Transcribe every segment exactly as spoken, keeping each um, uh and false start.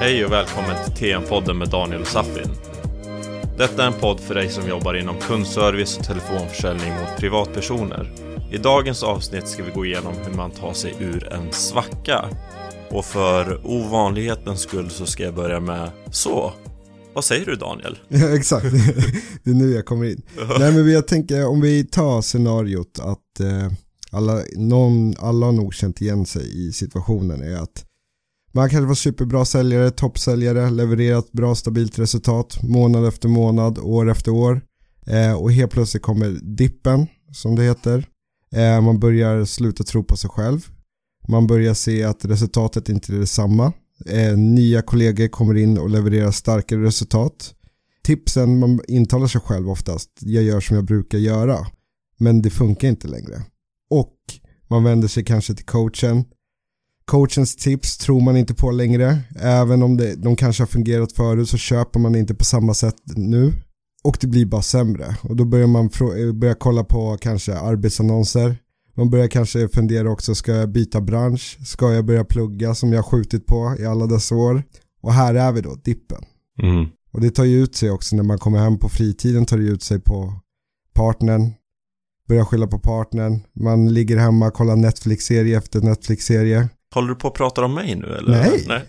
Hej och välkommen till T M-podden med Daniel och Safin. Detta är en podd för dig som jobbar inom kundservice och telefonförsäljning mot privatpersoner. I dagens avsnitt ska vi gå igenom hur man tar sig ur en svacka. Och för ovanlighetens skull så ska jag börja med så. Vad säger du, Daniel? Ja, exakt. Det är nu jag kommer in. Nej, men jag tänker om vi tar scenariot att eh, alla, någon, alla har nog känt igen sig i situationen är att man kanske var superbra säljare, toppsäljare, levererat bra stabilt resultat månad efter månad, år efter år. Eh, och helt plötsligt kommer dippen, som det heter. Eh, man börjar sluta tro på sig själv. Man börjar se att resultatet inte är detsamma. Eh, nya kollegor kommer in och levererar starkare resultat. Tipsen, man intalar sig själv oftast. Jag gör som jag brukar göra. Men det funkar inte längre. Och man vänder sig kanske till coachen. Coachens tips tror man inte på längre. Även om det, de kanske har fungerat förut så köper man det inte på samma sätt nu. Och det blir bara sämre. Och då börjar man börja kolla på kanske arbetsannonser. Man börjar kanske fundera också, ska jag byta bransch? Ska jag börja plugga som jag har skjutit på i alla dessa år? Och här är vi då, dippen. Mm. Och det tar ju ut sig också när man kommer hem på fritiden, tar det ut sig på partnern. Börjar skylla på partnern. Man ligger hemma och kollar Netflix-serie efter Netflix-serie. Håller du på att prata om mig nu eller? Nej. Nej.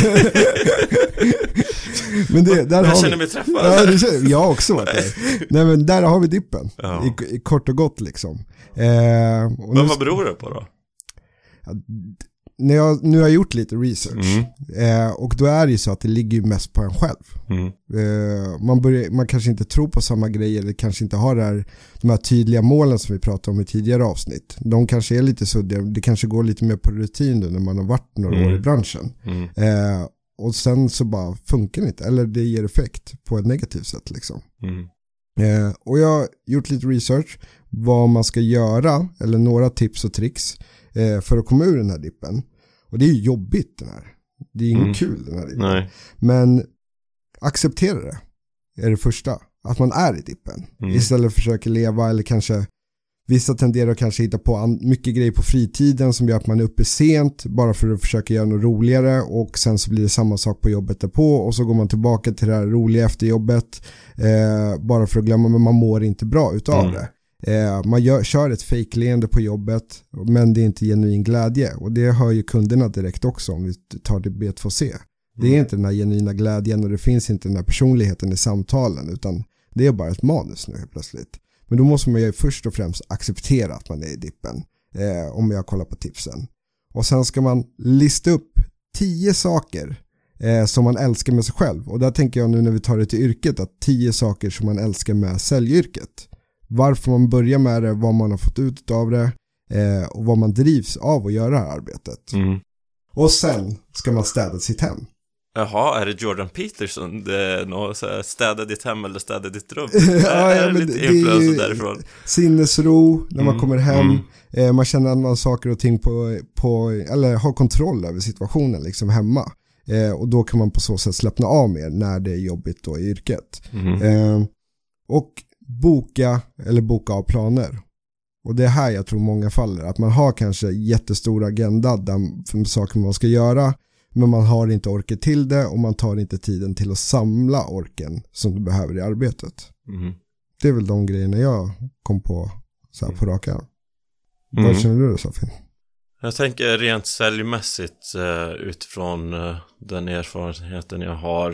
Men det, där jag har känner vi, mig träffad. Ja, det känner, jag också varit där. Nej, men där har vi dippen. Ja. I, i kort och gott liksom. Eh, och men nu, vad beror det på då? När jag, nu har jag gjort lite research. Mm. Eh, och då är det ju så att det ligger ju mest på en själv. Mm. Eh, man, börjar, man kanske inte tror på samma grejer. Eller kanske inte har det här, de här tydliga målen som vi pratade om i tidigare avsnitt. De kanske är lite suddiga. Det kanske går lite mer på rutin nu när man har varit några mm. år i branschen. Mm. Eh, och sen så bara funkar det inte. Eller det ger effekt på ett negativt sätt liksom. Mm. Eh, och jag har gjort lite research. Vad man ska göra. Eller några tips och tricks. Eh, för att komma ur den här dippen. Och det är ju jobbigt den här. Det är inget mm. kul den här dippen. Nej. Men acceptera det. Är det första. Att man är i dippen. Mm. Istället för att försöka leva eller kanske vissa tenderar att kanske hitta på an- mycket grejer på fritiden som gör att man är uppe sent bara för att försöka göra något roligare och sen så blir det samma sak på jobbet därpå och så går man tillbaka till det här roliga efter jobbet eh, bara för att glömma, men man mår inte bra utav mm. det. Eh, man gör, kör ett fejkleende på jobbet men det är inte genuin glädje och det hör ju kunderna direkt också om vi tar det B två C. Det är inte den här genuina glädjen och det finns inte den här personligheten i samtalen utan det är bara ett manus nu plötsligt. Men då måste man ju först och främst acceptera att man är i dippen eh, om jag kollar på tipsen. Och sen ska man lista upp tio saker eh, som man älskar med sig själv. Och där tänker jag nu när vi tar det till yrket att tio saker som man älskar med säljyrket. Varför man börjar med det, vad man har fått ut av det eh, och vad man drivs av att göra det här arbetet. Mm. Och sen ska man städa sitt hem. Jaha, är det Jordan Peterson? Det är något så här, städa ditt hem eller städa ditt rum? ja, ja, är det men lite det influenser är därifrån? Sinnesro när man mm. kommer hem. Mm. Eh, man känner att man har saker och ting på, på eller har kontroll över situationen liksom hemma. Eh, och då kan man på så sätt släppna av mer när det är jobbigt då i yrket. Mm. Eh, och boka eller boka av planer. Och det är här jag tror många faller. Att man har kanske jättestor agenda där för saker man ska göra. Men man har inte orket till det och man tar inte tiden till att samla orken som du behöver i arbetet. Mm. Det är väl de grejerna jag kom på så här på raka. Mm. Vad känner du då, Safin? Jag tänker rent säljmässigt uh, utifrån uh, den erfarenheten jag har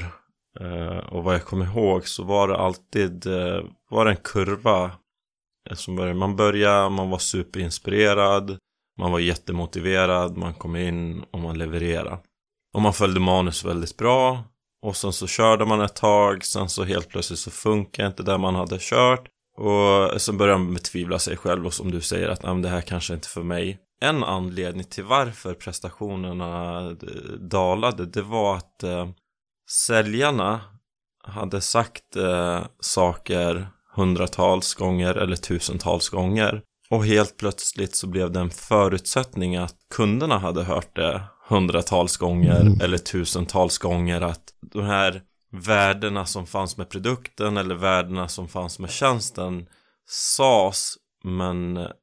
uh, och vad jag kommer ihåg så var det alltid uh, var det en kurva som började. Man började, man var superinspirerad, man var jättemotiverad, man kom in och man levererade. Och man följde manus väldigt bra. Och sen så körde man ett tag. Sen så helt plötsligt så funkar inte det man hade kört. Och sen började man betvivla sig själv. Och som du säger att det här kanske inte är för mig. En anledning till varför prestationerna dalade. Det var att eh, säljarna hade sagt eh, saker hundratals gånger eller tusentals gånger. Och helt plötsligt så blev det en förutsättning att kunderna hade hört det hundratals gånger mm. eller tusentals gånger att de här värdena som fanns med produkten eller värdena som fanns med tjänsten sas men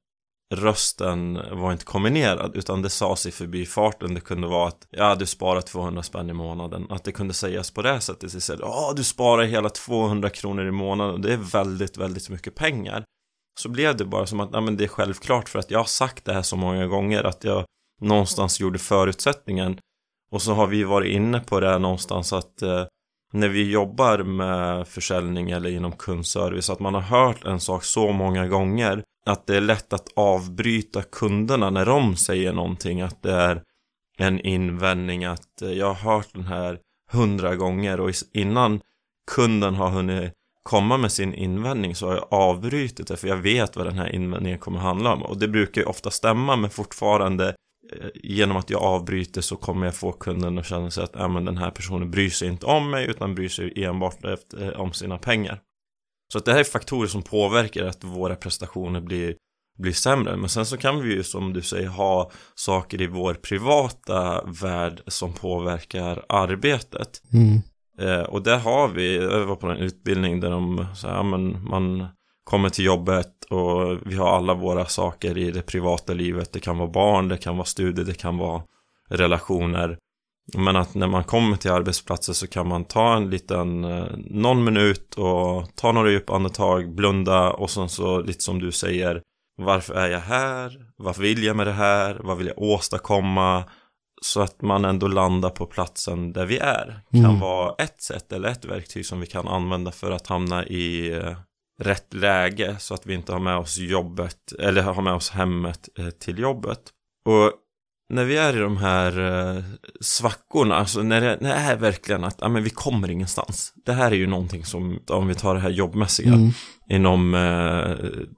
rösten var inte kombinerad, utan det sa sig förbi farten. Det kunde vara att ja, du sparar tvåhundra spänn i månaden. Att det kunde sägas på det sättet istället. Ja, du sparar hela tvåhundra kronor i månaden. Det är väldigt, väldigt mycket pengar. Så blev det bara som att ja, men det är självklart, för att jag har sagt det här så många gånger, att jag någonstans gjorde förutsättningen. Och så har vi varit inne på det här någonstans att eh, när vi jobbar med försäljning eller inom kundservice, att man har hört en sak så många gånger att det är lätt att avbryta kunderna när de säger någonting, att det är en invändning, att eh, jag har hört den här hundra gånger och innan kunden har hunnit komma med sin invändning så har jag avbrytit det, för jag vet vad den här invändningen kommer handla om. Och det brukar ju ofta stämma, men fortfarande genom att jag avbryter så kommer jag få kunden att känna sig att äh, men den här personen bryr sig inte om mig, utan bryr sig enbart efter, om sina pengar. Så att det här är faktorer som påverkar att våra prestationer blir, blir sämre. Men sen så kan vi ju, som du säger, ha saker i vår privata värld som påverkar arbetet. Mm. Eh, och där har vi, jag var på en utbildning där de så här, ja, men man kommer till jobbet och vi har alla våra saker i det privata livet. Det kan vara barn, det kan vara studier, det kan vara relationer. Men att när man kommer till arbetsplatser så kan man ta en liten, eh, någon minut och ta några djupa andetag, blunda och sen så lite som du säger, varför är jag här? Vad vill jag med det här? Vad vill jag åstadkomma? Så att man ändå landar på platsen där vi är. Kan mm. vara ett sätt eller ett verktyg som vi kan använda för att hamna i eh, rätt läge, så att vi inte har med oss jobbet eller har med oss hemmet eh, till jobbet. Och när vi är i de här eh, svackorna, alltså när det, när det är verkligen att ja, men vi kommer ingenstans. Det här är ju någonting som, om vi tar det här jobbmässiga mm. inom eh,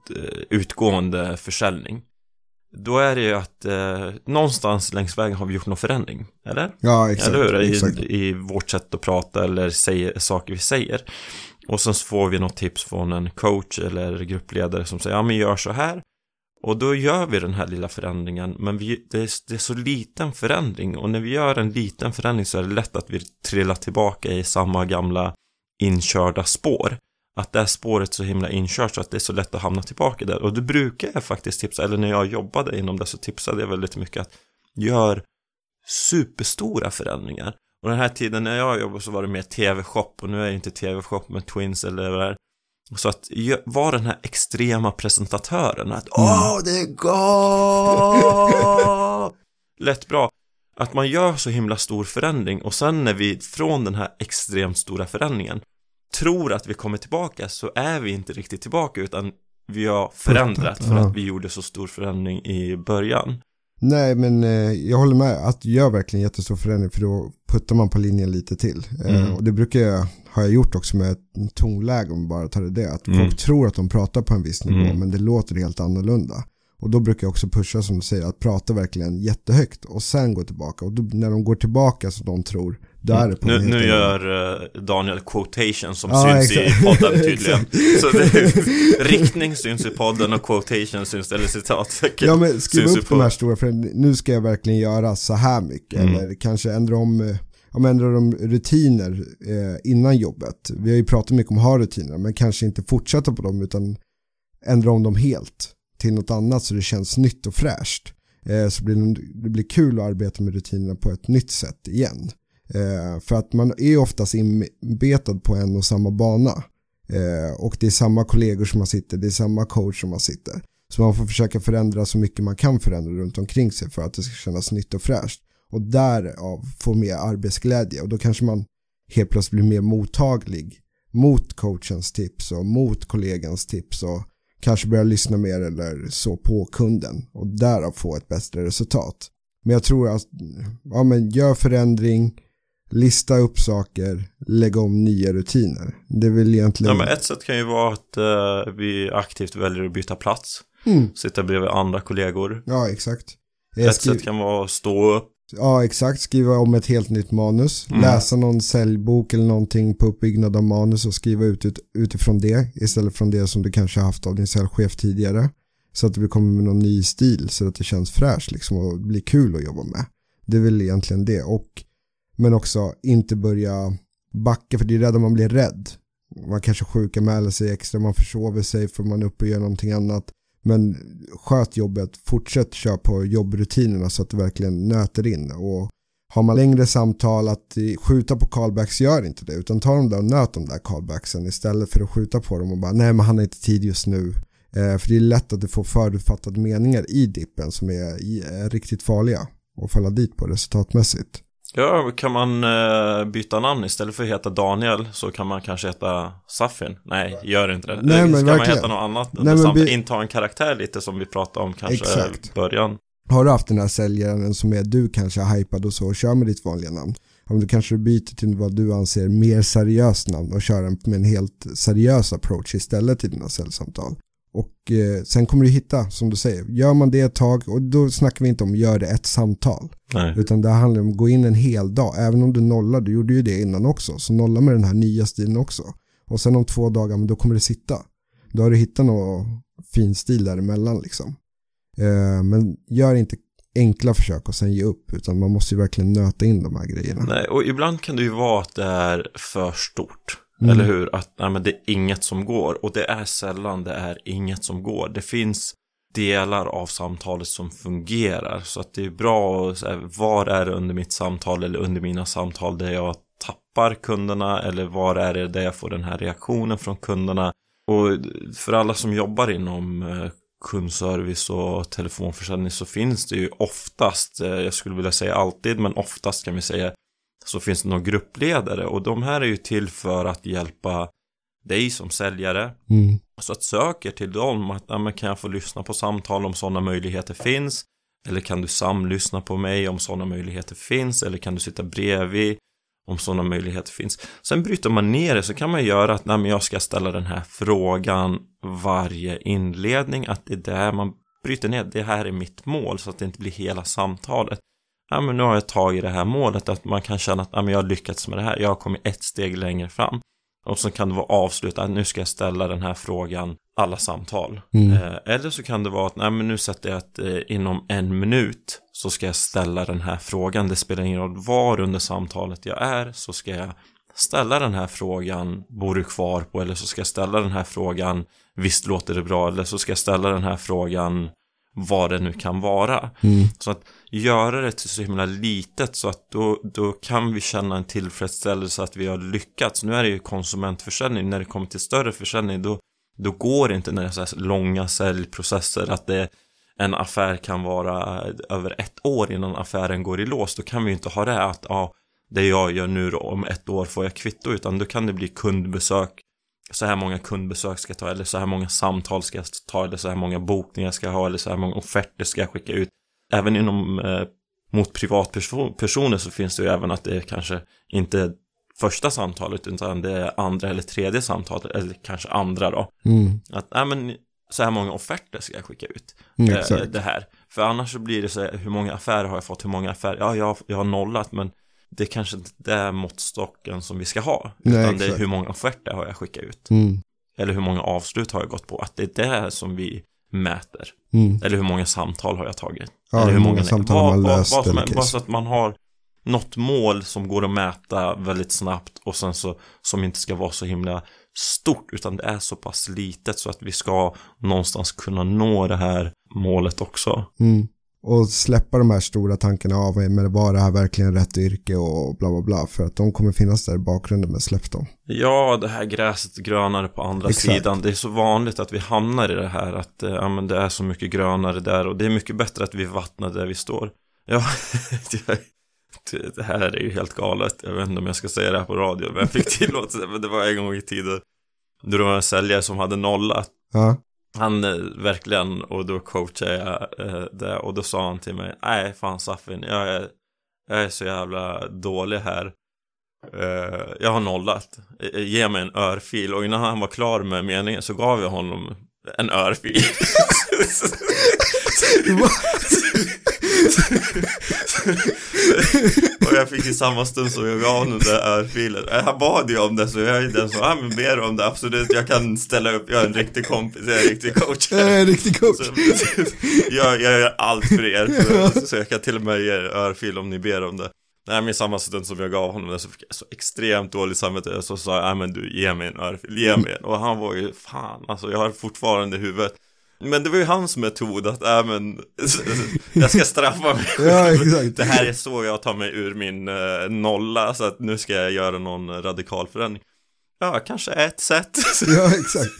utgående försäljning, då är det ju att eh, någonstans längs vägen har vi gjort någon förändring, eller? Ja, exakt. Eller hur? I, exakt. I vårt sätt att prata eller säga saker vi säger. Och sen så får vi något tips från en coach eller gruppledare som säger, ja men gör så här. Och då gör vi den här lilla förändringen, men vi, det, är, det är så liten förändring. Och när vi gör en liten förändring så är det lätt att vi trillar tillbaka i samma gamla inkörda spår. Att det här spåret är så himla inkört så att det är så lätt att hamna tillbaka där. Och det brukar jag faktiskt tipsa, eller när jag jobbade inom det så tipsade jag väldigt mycket att gör superstora förändringar. Och den här tiden när jag jobbade så var det mer tv-shop, och nu är det inte tv-shop med Twins eller vad det är. Så att var den här extrema presentatören att åh, det är gott! Lätt bra. Att man gör så himla stor förändring, och sen när vi från den här extremt stora förändringen tror att vi kommer tillbaka, så är vi inte riktigt tillbaka, utan vi har förändrat för att vi gjorde så stor förändring i början. Nej, men eh, jag håller med att gör verkligen jättestor förändring, för då puttar man på linjen lite till. Mm. Eh, och det brukar jag, har jag gjort också med ett tonläge, om bara tar det det. Att mm. folk tror att de pratar på en viss nivå, mm. men det låter helt annorlunda. Och då brukar jag också pusha, som du säger, att prata verkligen jättehögt och sen gå tillbaka. Och då, när de går tillbaka så de tror, där är på nu, nu gör uh, Daniel quotation som ja, syns exakt. I podden tydligen. Så det, riktning syns i podden och quotation syns, eller citat. Ja, men skriv upp de här stora, för nu ska jag verkligen göra så här mycket. Mm. Eller kanske ändra om, om ändra om rutiner eh, innan jobbet. Vi har ju pratat mycket om att ha rutiner, men kanske inte fortsätta på dem, utan ändra om dem helt till något annat så det känns nytt och fräscht. Eh, så blir det, det blir kul att arbeta med rutinerna på ett nytt sätt igen. Eh, för att man är oftast inbetad på en och samma bana. Eh, och det är samma kollegor som man sitter, det är samma coach som man sitter. Så man får försöka förändra så mycket man kan förändra runt omkring sig för att det ska kännas nytt och fräscht. Och därav få mer arbetsglädje. Och då kanske man helt plötsligt blir mer mottaglig mot coachens tips och mot kollegans tips, och kanske börja lyssna mer eller så på kunden, och därav få ett bättre resultat. Men jag tror att ja, men gör förändring, lista upp saker, lägga om nya rutiner. Det är väl egentligen... Ja, men ett sätt kan ju vara att uh, vi aktivt väljer att byta plats. Mm. Sitta bredvid andra kollegor. Ja, exakt. Ett skriv... sätt kan vara att stå upp. Ja, exakt. Skriva om ett helt nytt manus. Mm. Läsa någon säljbok eller någonting på uppbyggnad av manus och skriva ut, ut utifrån det istället från det som du kanske haft av din säljchef tidigare. Så att det kommer med någon ny stil så att det känns fräscht liksom, och blir kul att jobba med. Det är väl egentligen det. Och, men också inte börja backa, för det är rädd om man blir rädd. Man kanske sjukanmäler sig extra, man försover sig för man är uppe och gör någonting annat. Men sköt jobbet, fortsätt köra på jobbrutinerna så att du verkligen nöter in. Och har man längre samtal att skjuta på callbacks, gör inte det. Utan ta dem där och nöt de där callbacksen istället för att skjuta på dem och bara nej men han har inte tid just nu. Eh, för det är lätt att du får förutfattade meningar i dippen som är, är riktigt farliga och falla dit på resultatmässigt. Ja, kan man uh, byta namn istället för att heta Daniel så kan man kanske heta Safin. Nej, gör inte det. Nej, men ska verkligen. man heta något annat? Nej, samt vi... inta en karaktär lite som vi pratade om kanske Exakt. i början. Har du haft den här säljaren som är du kanske är hypad och så och kör med ditt vanliga namn. Om du kanske byter till vad du anser mer seriöst namn och kör med en helt seriös approach istället till dina säljsamtal. Och eh, sen kommer du hitta, som du säger, gör man det ett tag, och då snackar vi inte om gör det ett samtal. Nej. Utan det handlar om att gå in en hel dag, även om du nollar, du gjorde ju det innan också, så nolla med den här nya stilen också. Och sen om två dagar, men då kommer det sitta. Då har du hittat någon fin stil däremellan liksom. Eh, men gör inte enkla försök och sen ge upp, utan man måste ju verkligen nöta in de här grejerna. Nej, och ibland kan det ju vara att det är för stort. Mm. Eller hur? Att nej, men det är inget som går. Och det är sällan det är inget som går. Det finns delar av samtalet som fungerar. Så att det är bra att säga, var är det under mitt samtal eller under mina samtal där jag tappar kunderna, eller var är det där jag får den här reaktionen från kunderna. Och för alla som jobbar inom kundservice och telefonförsäljning så finns det ju oftast, jag skulle vilja säga alltid, men oftast kan vi säga, så finns det några gruppledare, och de här är ju till för att hjälpa dig som säljare. Mm. Så att söker till dem att ja, men kan jag få lyssna på samtal om sådana möjligheter finns, eller kan du samlyssna på mig om sådana möjligheter finns, eller kan du sitta bredvid om sådana möjligheter finns. Sen bryter man ner det, så kan man göra att nej, men jag ska ställa den här frågan varje inledning, att det är där man bryter ner, det här är mitt mål, så att det inte blir hela samtalet. Ja, men nu har jag tagit det här målet, att man kan känna att ja, men jag har lyckats med det här, jag har kommit ett steg längre fram. Och så kan det vara avslutat, nu ska jag ställa den här frågan alla samtal. Mm. Eh, eller så kan det vara att nej, men nu sätter jag att eh, inom en minut så ska jag ställa den här frågan. Det spelar ingen roll var under samtalet jag är, så ska jag ställa den här frågan, bor du kvar på? Eller så ska jag ställa den här frågan, visst låter det bra? Eller så ska jag ställa den här frågan, vad det nu kan vara. Mm. Så att göra det till så himla litet, så att då, då kan vi känna en tillfredsställelse att vi har lyckats. Nu är det ju konsumentförsäljning, när det kommer till större försäljning då, då går det inte när det är så här långa säljprocesser, att det, en affär kan vara över ett år innan affären går i lås. Då kan vi inte ha det att ja, det jag gör nu då, om ett år får jag kvitto, utan då kan det bli kundbesök. Så här många kundbesök ska jag ta, eller så här många samtal ska jag ta, eller så här många bokningar ska jag ha, eller så här många offerter ska jag skicka ut. Även inom eh, mot privatpersoner så finns det ju även att det är kanske inte första samtalet, utan det är andra eller tredje samtalet, eller kanske andra då. Mm. Att nej, men så här många offerter ska jag skicka ut. Mm, eh, det här. För annars så blir det så här, hur många affärer har jag fått, hur många affärer, ja jag, jag har nollat, men det är kanske inte det måttstocken som vi ska ha. Nej, utan exakt. Det är hur många offerter har jag skickat ut. Mm. Eller hur många avslut har jag gått på. Att det är det som vi mäter. Mm. Eller hur många samtal har jag tagit. Ja, eller hur många samtal har man vad, löst vad, vad, eller bara så att man har något mål som går att mäta väldigt snabbt. Och sen så som inte ska vara så himla stort, utan det är så pass litet så att vi ska någonstans kunna nå det här målet också. Mm. Och släppa de här stora tankarna av med var det här verkligen rätt yrke och bla bla bla, för att de kommer finnas där i bakgrunden, men släpp dem. Ja, det här gräset grönare på andra Exakt. sidan. Det är så vanligt att vi hamnar i det här att ja, men det är så mycket grönare där, och det är mycket bättre att vi vattnar där vi står. Ja, det här är ju helt galet. Jag vet inte om jag ska säga det här på radio, men jag fick tillåtelse, men det var en gång i tiden då det var en säljare som hade nollat. Ja. Han eh, verkligen, och då coachade jag eh, det, och då sa han till mig, nej fan Safin, jag är, jag är så jävla dålig här, eh, jag har nollat, eh, ge mig en örfil. Och innan han var klar med meningen så gav jag honom en örfil. Och jag fick i samma stund som jag gav honom den där örfilen. Han bad ju om det, så jag är den som ja, men ber om det, absolut, jag kan ställa upp, jag är en riktig kompis, jag är en riktig coach. Jag är en riktig coach. Så, jag, jag gör allt för er, så, så jag kan till och med ge er örfil om ni ber om det. Nej, men i samma stund som jag gav honom det så fick jag så extremt dåligt samvete. Så sa jag, nej men du, ge mig en örfil, ge mig en. Och han var ju, fan, alltså jag har fortfarande i huvudet Men det var ju hans metod att äh, men, jag ska straffa mig. Ja, exakt. Det här är så jag tar mig ur min uh, nolla, så att nu ska jag göra någon radikal förändring. Ja, kanske ett sätt. Ja, exakt.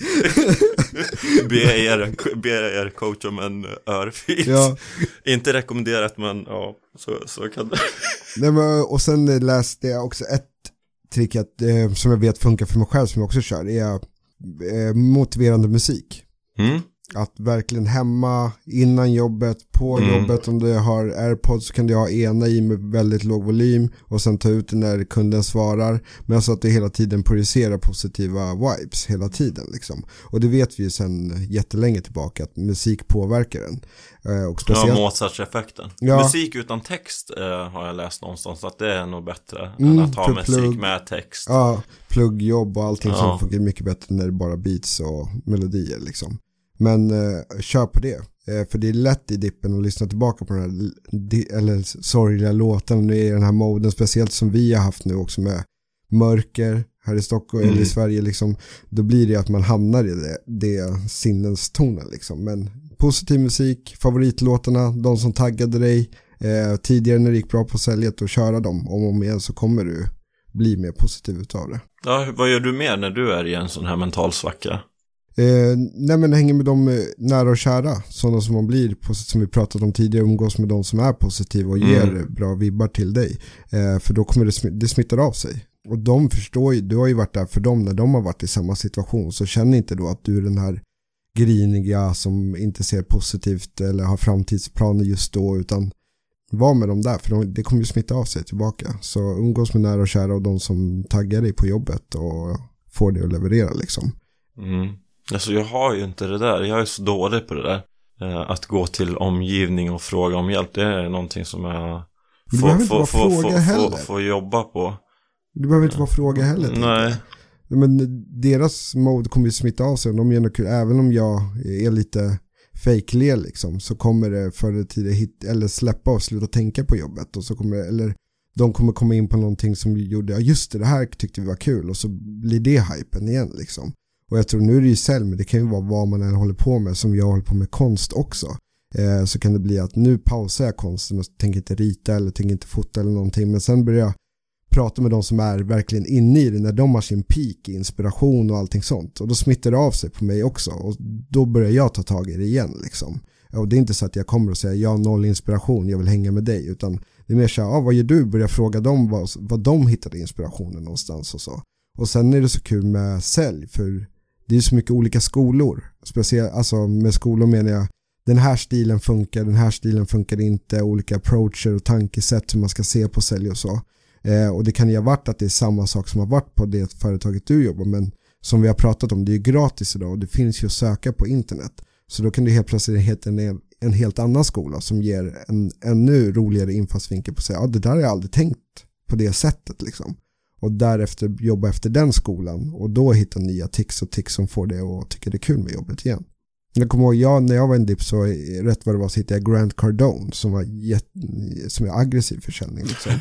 be, er, be er coach om en örfil. Ja. Inte rekommenderat, men ja, så, så kan det. Nej, men, och sen läste jag också ett trick att, eh, som jag vet funkar för mig själv, som jag också kör, är eh, motiverande musik. Mm. Att verkligen hemma, innan jobbet, på mm. jobbet, om du har AirPods så kan du ha ena i med väldigt låg volym och sen ta ut den när kunden svarar, men så att du hela tiden projicerar positiva vibes hela tiden liksom. Och det vet vi ju sedan jättelänge tillbaka att musik påverkar den. Och speciellt... Ja, Mozart-effekten. Ja. Musik utan text eh, har jag läst någonstans att det är nog bättre mm, än att ha musik plugg, med text. Ja, pluggjobb och allting ja. Som funkar mycket bättre när det är bara beats och melodier liksom. Men eh, kör på det. Eh, för det är lätt i dippen att lyssna tillbaka på den här di- eller sorgliga låten. Nu är den här moden, speciellt som vi har haft nu också med mörker här i Stockholm mm. eller i Sverige liksom. Då blir det att man hamnar i det, det sinnestonen liksom. Men positiv musik, favoritlåtarna, de som taggade dig eh, tidigare när det gick bra på säljet, och köra dem om och om igen, så kommer du bli mer positiv utav det. Ja, vad gör du mer när du är i en sån här mental svacka? Eh, nej men hänger med dem nära och kära, sådana som man blir, som vi pratat om tidigare, umgås med de som är positiva och ger mm. bra vibbar till dig, eh, för då kommer det, sm- det smittar av sig, och de förstår ju, du har ju varit där för dem när de har varit i samma situation, så känn inte då att du är den här griniga som inte ser positivt eller har framtidsplaner just då, utan var med dem där, för de, det kommer ju smitta av sig tillbaka. Så umgås med nära och kära och de som taggar dig på jobbet och får det att leverera liksom. Mm. Alltså jag har ju inte det där. Jag är så dålig på det där. Eh, att gå till omgivning och fråga om hjälp. Det är någonting som jag får, får, får, får, får, får jobba på. Du behöver inte vara fråga heller. Nej. Men deras mode kommer ju smitta av sig. De gör något kul. Även om jag är lite fake-le liksom, så kommer det förr eller tidigare hit, eller släppa och sluta tänka på jobbet. Och så kommer det, eller de kommer komma in på någonting som gjorde, ja just det, det här tyckte vi var kul. Och så blir det hypen igen liksom. Och jag tror nu är det ju sälj, men det kan ju vara vad man än håller på med, som jag håller på med konst också. Eh, så kan det bli att nu pausar jag konsten och tänker inte rita eller tänker inte fota eller någonting. Men sen börjar jag prata med de som är verkligen inne i det, när de har sin peak, inspiration och allting sånt. Och då smittar det av sig på mig också. Och då börjar jag ta tag i det igen liksom. Och det är inte så att jag kommer och säger, jag har noll inspiration, jag vill hänga med dig. Utan det är mer så här, ah, vad gör du? Börja fråga dem vad, vad de hittade inspirationen någonstans och så. Och sen är det så kul med sälj, för det är så mycket olika skolor. Speciellt, alltså med skolor menar jag, den här stilen funkar, den här stilen funkar inte, olika approacher och tankesätt hur man ska se på sälj och så. Eh, och det kan ju ha varit att det är samma sak som har varit på det företaget du jobbar, men som vi har pratat om, det är ju gratis idag och det finns ju att söka på internet. Så då kan det helt plötsligt heta en, en helt annan skola som ger en ännu roligare infallsvinkel på att säga, ja det där har jag aldrig tänkt på det sättet liksom. Och därefter jobba efter den skolan och då hitta nya tics och tics som får det och tycker det är kul med jobbet igen. Jag kommer ihåg, jag, när jag var en dipp så rätt vad det var så hittade jag Grant Cardone som var jätt, som är aggressiv försäljning liksom.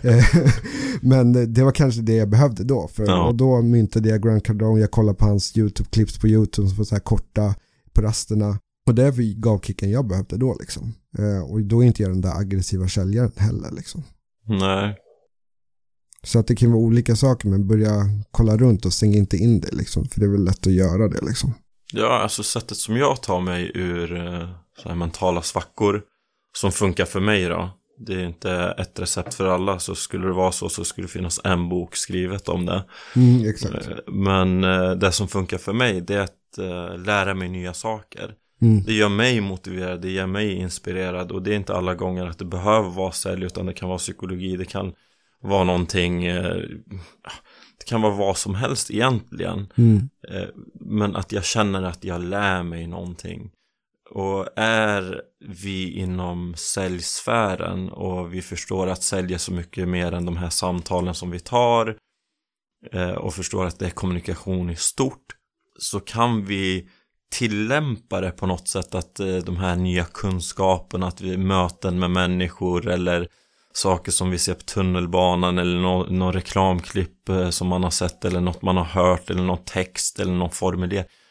Men det var kanske det jag behövde då, för, ja. Och då myntade jag Grant Cardone, jag kollade på hans YouTube-clips på YouTube som var så här korta på rasterna, och det gav kicken jag behövde då liksom. Och då är inte jag den där aggressiva säljaren heller liksom. Nej. Så att det kan vara olika saker, men börja kolla runt och stänga inte in det liksom, för det är väl lätt att göra det liksom. Ja, alltså sättet som jag tar mig ur eh, så här mentala svackor som funkar för mig då, det är inte ett recept för alla, så skulle det vara så så skulle det finnas en bok skrivet om det. Mm, exakt. Men eh, det som funkar för mig, det är att eh, lära mig nya saker. Mm. Det gör mig motiverad, det gör mig inspirerad, och det är inte alla gånger att det behöver vara sälj, utan det kan vara psykologi, det kan vara någonting, eh, det kan vara vad som helst egentligen. Mm. eh, men att jag känner att jag lär mig någonting. Och är vi inom säljsfären och vi förstår att sälja så mycket mer än de här samtalen som vi tar, eh, och förstår att det är kommunikation i stort, så kan vi tillämpa det på något sätt, att eh, de här nya kunskaperna, att vi möten med människor eller saker som vi ser på tunnelbanan eller någon, någon reklamklipp eh, som man har sett eller något man har hört eller någon text eller någon formulering,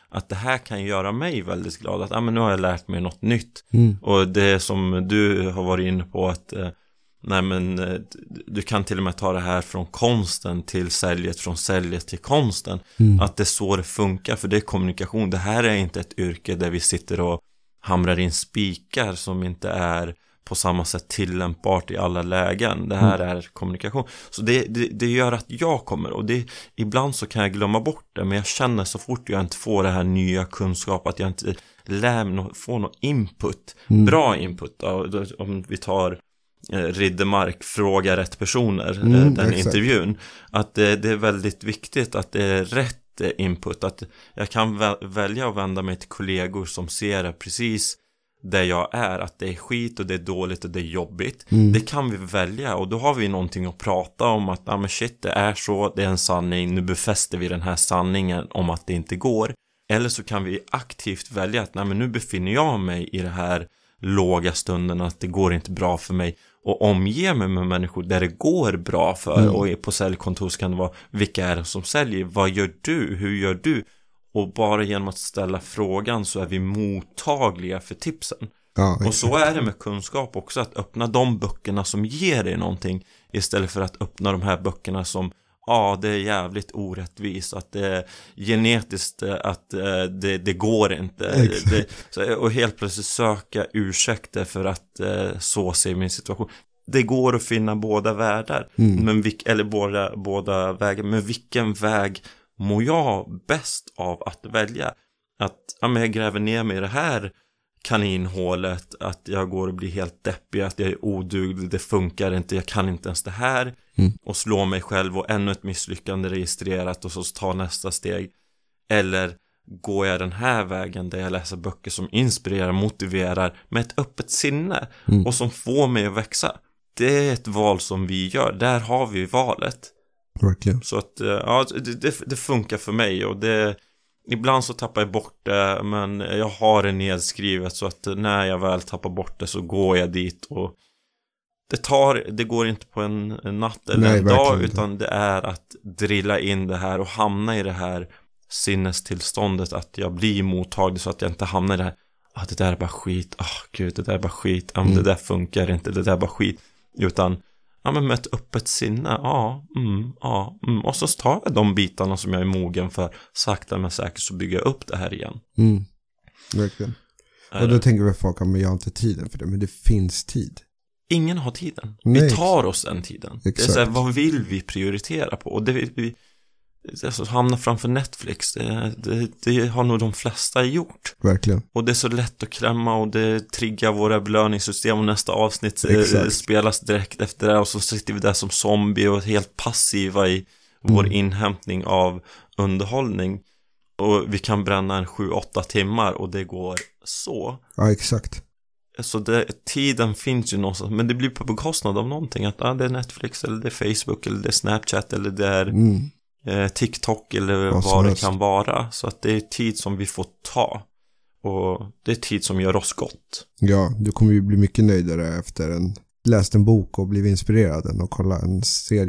att det här kan göra mig väldigt glad. Att ah, men nu har jag lärt mig något nytt. Mm. Och det som du har varit inne på att eh, nej men eh, du kan till och med ta det här från konsten till säljet, från säljet till konsten. Mm. Att det är så det funkar, för det är kommunikation. Det här är inte ett yrke där vi sitter och hamrar in spikar som inte är på samma sätt tillämpbart i alla lägen. Det här mm. är kommunikation. Så det, det, det gör att jag kommer, och det, ibland så kan jag glömma bort det, men jag känner så fort jag inte får det här nya kunskap, att jag inte lär mig, får någon input, mm. bra input. Om vi tar eh, Riddermark, fråga rätt personer, mm, eh, den exakt. intervjun, att det, det är väldigt viktigt att det är rätt eh, input, att jag kan vä- välja att vända mig till kollegor som ser det precis där jag är, att det är skit och det är dåligt och det är jobbigt. Mm. Det kan vi välja, och då har vi någonting att prata om, att ah, men shit, det är så, det är en sanning, nu befäster vi den här sanningen om att det inte går. Eller så kan vi aktivt välja att nej, men nu befinner jag mig i det här låga stunden, att det går inte bra för mig, och omge mig med människor där det går bra för. Mm. Och på säljkontor kan det vara, vilka är det som säljer, vad gör du, hur gör du? Och bara genom att ställa frågan så är vi mottagliga för tipsen. Ja, och så är det med kunskap också, att öppna de böckerna som ger dig någonting, istället för att öppna de här böckerna som ja, det är jävligt orättvist, att det är genetiskt, att det, det går inte. Det, så, och helt plötsligt söka ursäkter för att så ser min situation. Det går att finna båda världar, mm. men vilk, eller båda, båda vägar, men vilken väg mår jag bäst av att välja? Att ja, men jag gräver ner mig i det här kaninhålet, att jag går och blir helt deppig, att jag är oduglig, det funkar inte, jag kan inte ens det här, mm. och slå mig själv och ännu ett misslyckande registrerat, och så ta nästa steg. Eller går jag den här vägen där jag läser böcker som inspirerar, motiverar med ett öppet sinne, mm. och som får mig att växa. Det är ett val som vi gör, där har vi valet. Verkligen. Så att ja, det, det, det funkar för mig, och det ibland så tappar jag bort det, men jag har det nedskrivet så att när jag väl tappar bort det så går jag dit, och det tar, det går inte på en, en natt eller Nej, en dag, utan inte. Det är att drilla in det här och hamna i det här sinnestillståndet, att jag blir mottaglig, så att jag inte hamnar i det här, ah, det där är bara skit, ah oh, gud, det där är bara skit, ah, mm. det där funkar inte, det där är bara skit, utan ja, men med ett öppet sinne, ja, mm, ja, mm. och så tar jag de bitarna som jag är mogen för, sakta men säkert så bygger jag upp det här igen. Mm. Verkligen. Är och då det? tänker vi folk, men jag har inte tiden för det, men det finns tid. Ingen har tiden. Nej. Vi tar oss den tiden. Exakt. Det är så här, vad vill vi prioritera på? Och det vi, vi alltså, hamna framför Netflix, det, det, det har nog de flesta gjort. Verkligen. Och det är så lätt att klämma, och det triggar våra belöningssystem, och nästa avsnitt eh, spelas direkt efter det, och så sitter vi där som zombie och helt passiva i vår mm. inhämtning av underhållning, och vi kan bränna en sju åtta timmar och det går så. Ja, exakt. Så det, tiden finns ju någonstans, men det blir på bekostnad av någonting, att ah, det är Netflix eller det är Facebook eller det är Snapchat eller det är mm. eh, TikTok eller ja, vad det kan vara. Så att det är tid som vi får ta, och det är tid som gör oss gott. Ja, du kommer ju bli mycket nöjdare efter en läst en bok och blivit inspirerad och kolla en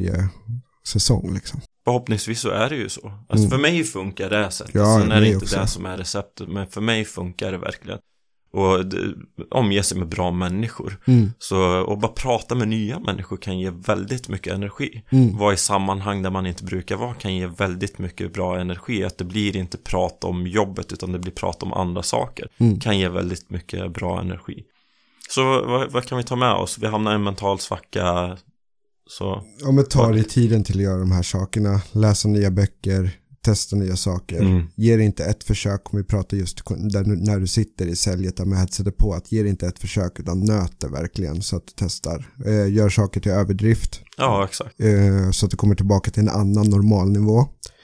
seriesäsong liksom. Förhoppningsvis så är det ju så. Alltså mm. för mig funkar det sättet. Ja, sen är det inte också. Det som är receptet, men för mig funkar det verkligen. Och det, omge sig med bra människor. Mm. Så, och bara prata med nya människor kan ge väldigt mycket energi. Mm. Vara i sammanhang där man inte brukar vara kan ge väldigt mycket bra energi. Att det blir inte prat om jobbet, utan det blir prat om andra saker. Mm. Kan ge väldigt mycket bra energi. Så vad, vad kan vi ta med oss? Vi hamnar i en mental svacka. Så, ja, men ta dig tiden till att göra de här sakerna. Läsa nya böcker. Testa nya saker. Mm. Ge det inte ett försök, om vi pratar just där, när du sitter i säljet där med headsetet på, att ge det inte ett försök utan nöt det verkligen så att du testar. Eh, gör saker till överdrift. Ja, exakt. Eh, så att du kommer tillbaka till en annan normal nivå.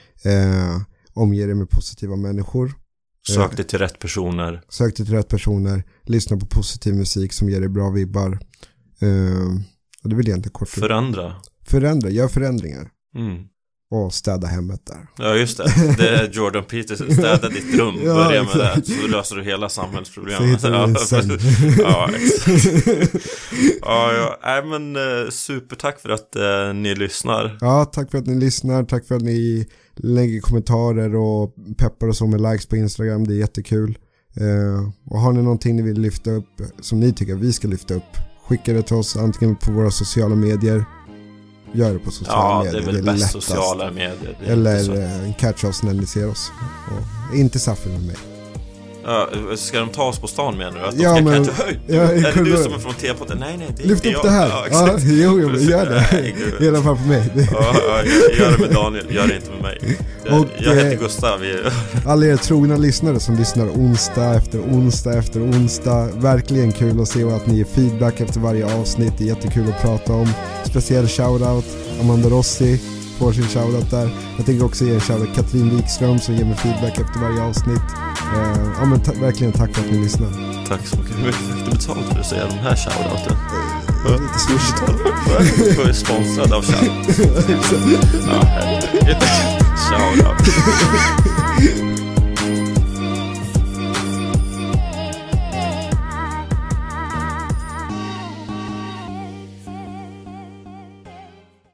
Eh, omge dig med positiva människor. Sök dig till rätt personer. Sök dig till rätt personer. Lyssna på positiv musik som ger dig bra vibbar. Eh, och det vill jag inte kort. Förändra. Förändra, gör förändringar. Mm. och städa hemmet där. Ja, just det. Det är Jordan Peterson. Städa ditt rum. Ja, börja med exakt. det. Så löser du hela samhällsproblemet. Så hittar du en säng. Ja, exakt. Ja, ja. Nej, men eh, supertack för att eh, ni lyssnar. Ja, tack för att ni lyssnar. Tack för att ni lägger kommentarer och peppar och så med likes på Instagram. Det är jättekul. Eh, och har ni någonting ni vill lyfta upp som ni tycker vi ska lyfta upp, skicka det till oss antingen på våra sociala medier. Gör det på sociala ja, medier. Ja, det är väl det är bäst lättast. sociala medier. Eller eh, catch oss när ni ser oss. Och inte Saffi med mig. Ja, ska de ta oss på stan menar du? Att de ja, ska men, catcha höjd? Ja, är det kunde... du som är från T-potten? Nej, nej, det är lyft inte upp jag. det här. Ja, ja, jo, jo, men gör det. Nej, I alla fall på mig. Ja, ja, gör det med Daniel, gör det inte med mig. Jag, och, jag heter eh, Gustav. Vi... alla er trogna lyssnare som lyssnar onsdag efter onsdag efter onsdag. Verkligen kul att se att ni ger feedback efter varje avsnitt. Det är jättekul att prata om. Speciell shoutout Amanda Rossi får sin shoutout där. Jag tänker också ge en shoutout Katrin Wikström som ger mig feedback efter varje avsnitt. Eh, ja, men ta- verkligen tack för att ni lyssnar. Tack så mycket. Hur mycket fick du betalt för att säga de här shoutouten? Eh, lite swishat. Jag är sponsrad av shout. Ja, shoutout.